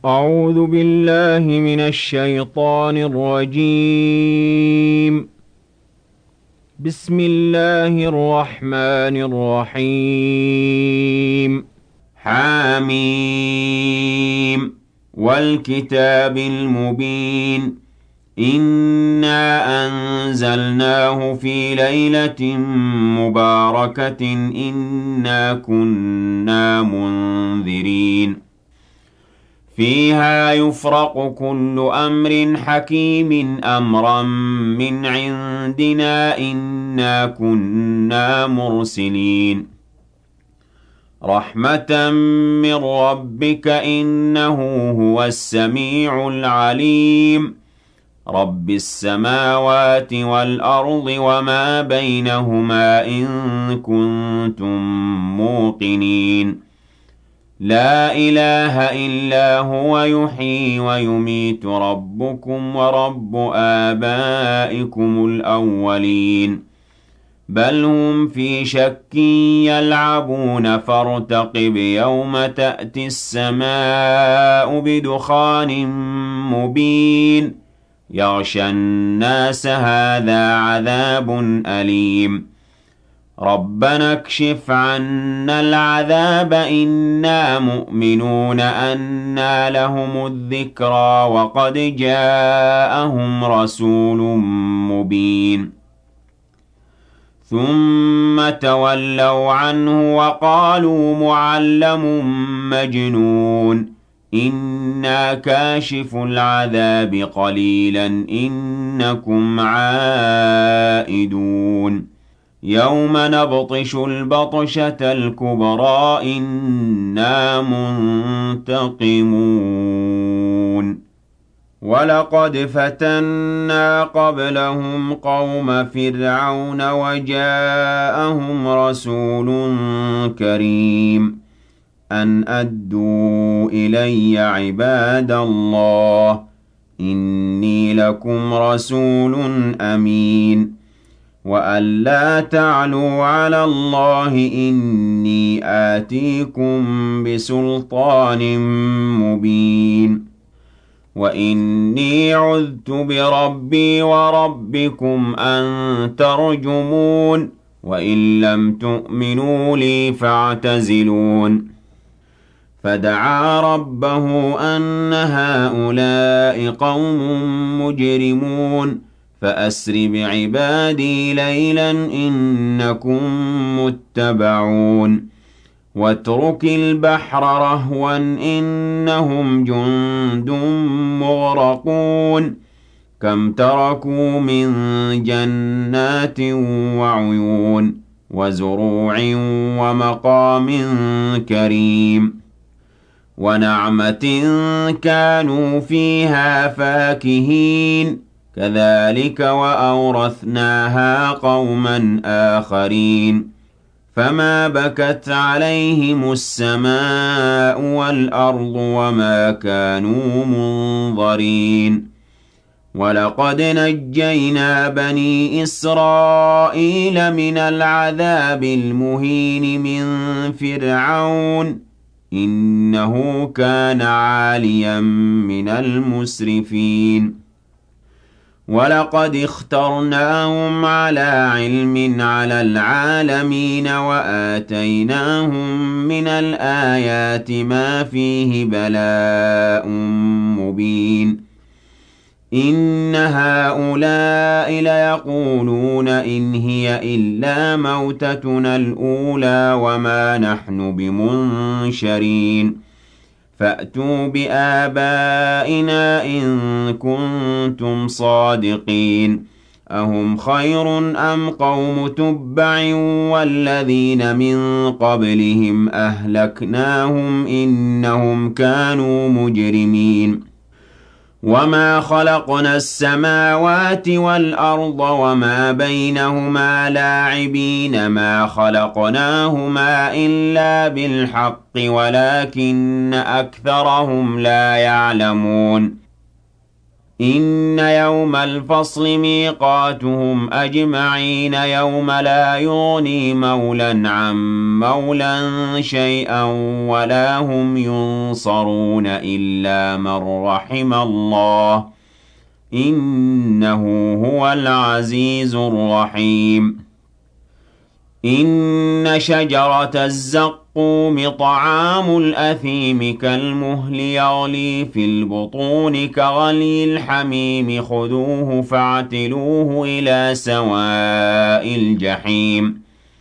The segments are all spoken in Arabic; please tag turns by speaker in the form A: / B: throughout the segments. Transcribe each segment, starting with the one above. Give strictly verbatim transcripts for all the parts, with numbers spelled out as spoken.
A: أعوذ بالله من الشيطان الرجيم. بسم الله الرحمن الرحيم. حاميم والكتاب المبين. إنا أنزلناه في ليلة مباركة إنا كنا منذرين فيها يفرق كل أمر حكيم أمرا من عندنا إنا كنا مرسلين رحمة من ربك إنه هو السميع العليم رب السماوات والأرض وما بينهما إن كنتم موقنين لا إله إلا هو يحيي ويميت ربكم ورب آبائكم الأولين بل هم في شك يلعبون فارتقب يوم تأتي السماء بدخان مبين يغشى الناس هذا عذاب أليم ربنا اكشف عنا العذاب إنا مؤمنون أنى لهم الذكرى وقد جاءهم رسول مبين ثم تولوا عنه وقالوا معلم مجنون إنا كاشف العذاب قليلا إنكم عائدون يوم نبطش البطشة الكبرى إنا منتقمون ولقد فتنا قبلهم قوم فرعون وجاءهم رسول كريم أن أدوا إلي عباد الله إني لكم رسول أمين وأن لا تعلوا على الله إني آتيكم بسلطان مبين وإني عذت بربي وربكم أن ترجمون وإن لم تؤمنوا لي فاعتزلون فدعا ربه أن هؤلاء قوم مجرمون فأسر بعبادي ليلا إنكم متبعون واترك البحر رهوا إنهم جند مغرقون كم تركوا من جنات وعيون وزروع ومقام كريم ونعمة كانوا فيها فاكهين كذلك وأورثناها قوما آخرين فما بكت عليهم السماء والأرض وما كانوا منظرين ولقد نجينا بني إسرائيل من العذاب المهين من فرعون إنه كان عاليا من المسرفين ولقد اخترناهم على علم على العالمين وآتيناهم من الآيات ما فيه بلاء مبين إن هؤلاء ليقولون إن هي إلا موتتنا الأولى وما نحن بمنشرين فأتوا بآبائنا إن كنتم صادقين أهم خير أم قوم تبع والذين من قبلهم أهلكناهم إنهم كانوا مجرمين وما خلقنا السماوات والأرض وما بينهما لاعبين ما خلقناهما إلا بالحق ولكن أكثرهم لا يعلمون إن يوم الفصل ميقاتهم أجمعين يوم لا يغني مولى عن مولى شيئا ولا هم ينصرون إلا من رحم الله إنه هو العزيز الرحيم إن شجرة الزقوم طعام الأثيم كالمهل يغلي في البطون كغلي الحميم خذوه فاعتلوه إلى سواء الجحيم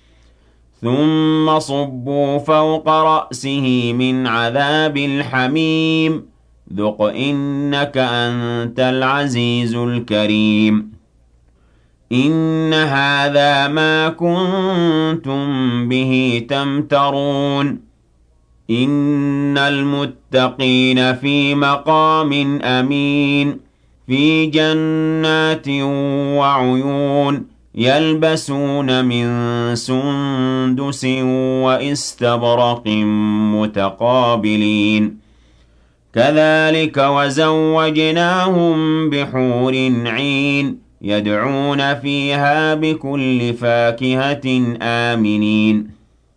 A: ثم صبوا فوق رأسه من عذاب الحميم ذق إنك أنت العزيز الكريم إن هذا ما كنتم به تمترون إن المتقين في مقام أمين في جنات وعيون يلبسون من سندس وإستبرق متقابلين كذلك وزوجناهم بحور عين يدعون فيها بكل فاكهة آمنين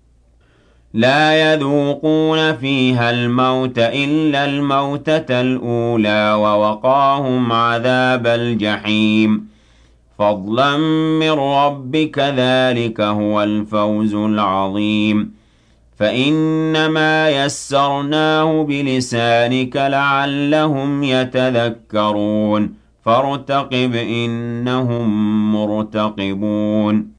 A: لا يذوقون فيها الموت إلا الموتة الأولى ووقاهم عذاب الجحيم فضلا من ربك ذلك هو الفوز العظيم فإنما يسرناه بلسانك لعلهم يتذكرون فارتقب إنهم مرتقبون